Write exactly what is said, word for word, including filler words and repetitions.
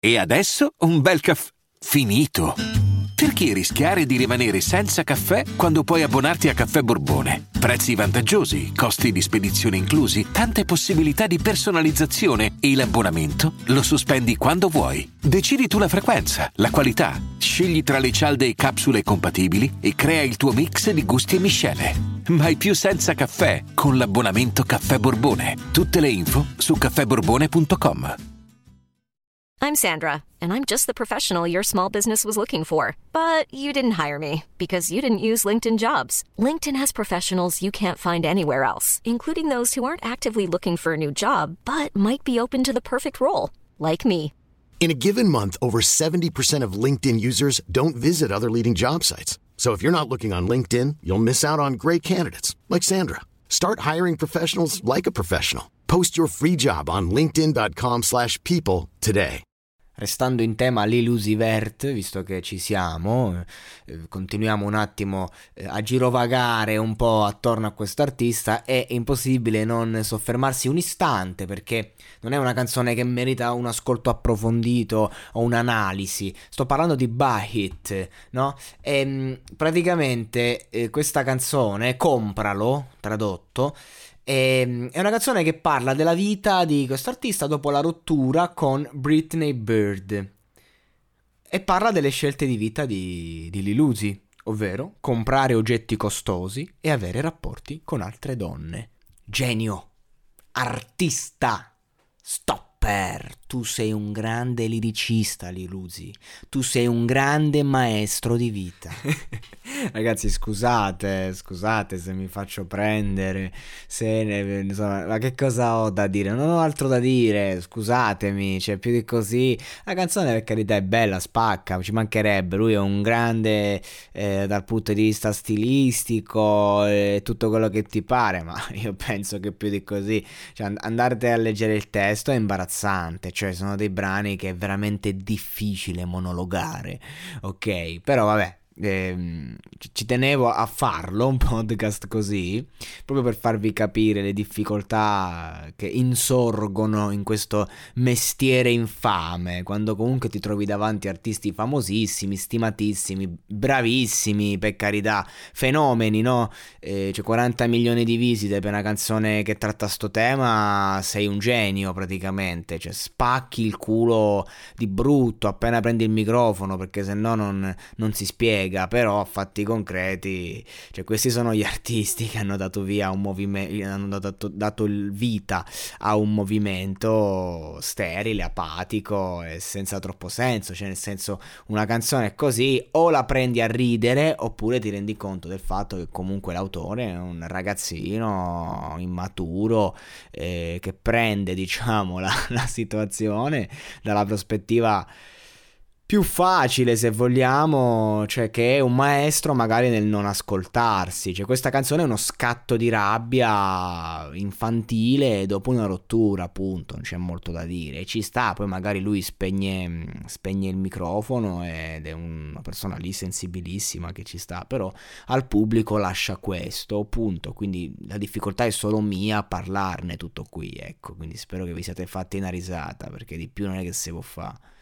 E adesso un bel caffè finito. Perché rischiare di rimanere senza caffè quando puoi abbonarti a Caffè Borbone? Prezzi vantaggiosi, costi di spedizione inclusi, tante possibilità di personalizzazione e l'abbonamento lo sospendi quando vuoi. Decidi tu la frequenza, la qualità, scegli tra le cialde e capsule compatibili e crea il tuo mix di gusti e miscele. Mai più senza caffè con l'abbonamento Caffè Borbone. Tutte le info su caffè borbone punto com. I'm Sandra, and I'm just the professional your small business was looking for. But you didn't hire me because you didn't use LinkedIn Jobs. LinkedIn has professionals you can't find anywhere else, including those who aren't actively looking for a new job, but might be open to the perfect role, like me. In a given month, over seventy percent of LinkedIn users don't visit other leading job sites. So if you're not looking on LinkedIn, you'll miss out on great candidates like Sandra. Start hiring professionals like a professional. Post your free job on linkedin dot com slash people today. Restando in tema Lil Uzi Vert, visto che ci siamo, eh, continuiamo un attimo eh, a girovagare un po' attorno a questo artista. È impossibile non soffermarsi un istante, perché non è una canzone che merita un ascolto approfondito o un'analisi. Sto parlando di Buy-It, no? E, praticamente eh, questa canzone, Compralo, tradotto, è una canzone che parla della vita di questo artista dopo la rottura con Britney Bird e parla delle scelte di vita di, di Lil Uzi, ovvero comprare oggetti costosi e avere rapporti con altre donne. Genio, artista, stopper, tu sei un grande liricista, Lil Uzi, tu sei un grande maestro di vita. Ragazzi, scusate, scusate se mi faccio prendere, se ne, insomma, ma che cosa ho da dire? Non ho altro da dire, scusatemi, cioè più di così. La canzone, per carità, è bella, spacca, ci mancherebbe, lui è un grande eh, dal punto di vista stilistico e eh, tutto quello che ti pare, ma io penso che più di così, cioè, andate a leggere il testo è imbarazzante, cioè sono dei brani che è veramente difficile monologare, ok? Però vabbè, Eh, ci tenevo a farlo un podcast così, proprio per farvi capire le difficoltà che insorgono in questo mestiere infame, quando comunque ti trovi davanti artisti famosissimi, stimatissimi, bravissimi, per carità, fenomeni, no? Eh, cioè quaranta milioni di visite per una canzone che tratta sto tema, sei un genio praticamente, cioè spacchi il culo di brutto appena prendi il microfono, perché se no non, non si spiega. Però a fatti concreti, cioè questi sono gli artisti che hanno dato via un movimento, hanno dato, dato vita a un movimento sterile, apatico e senza troppo senso. Cioè nel senso, una canzone così o la prendi a ridere oppure ti rendi conto del fatto che comunque l'autore è un ragazzino immaturo eh, che prende, diciamo, la, la situazione dalla prospettiva più facile, se vogliamo, cioè che è un maestro magari nel non ascoltarsi. Cioè questa canzone è uno scatto di rabbia infantile dopo una rottura, appunto, non c'è molto da dire, e ci sta. Poi magari lui spegne, spegne il microfono ed è una persona lì sensibilissima, che ci sta, però al pubblico lascia questo, punto. Quindi la difficoltà è solo mia a parlarne, tutto qui, ecco. Quindi spero che vi siate fatti una risata, perché di più non è che si può fare.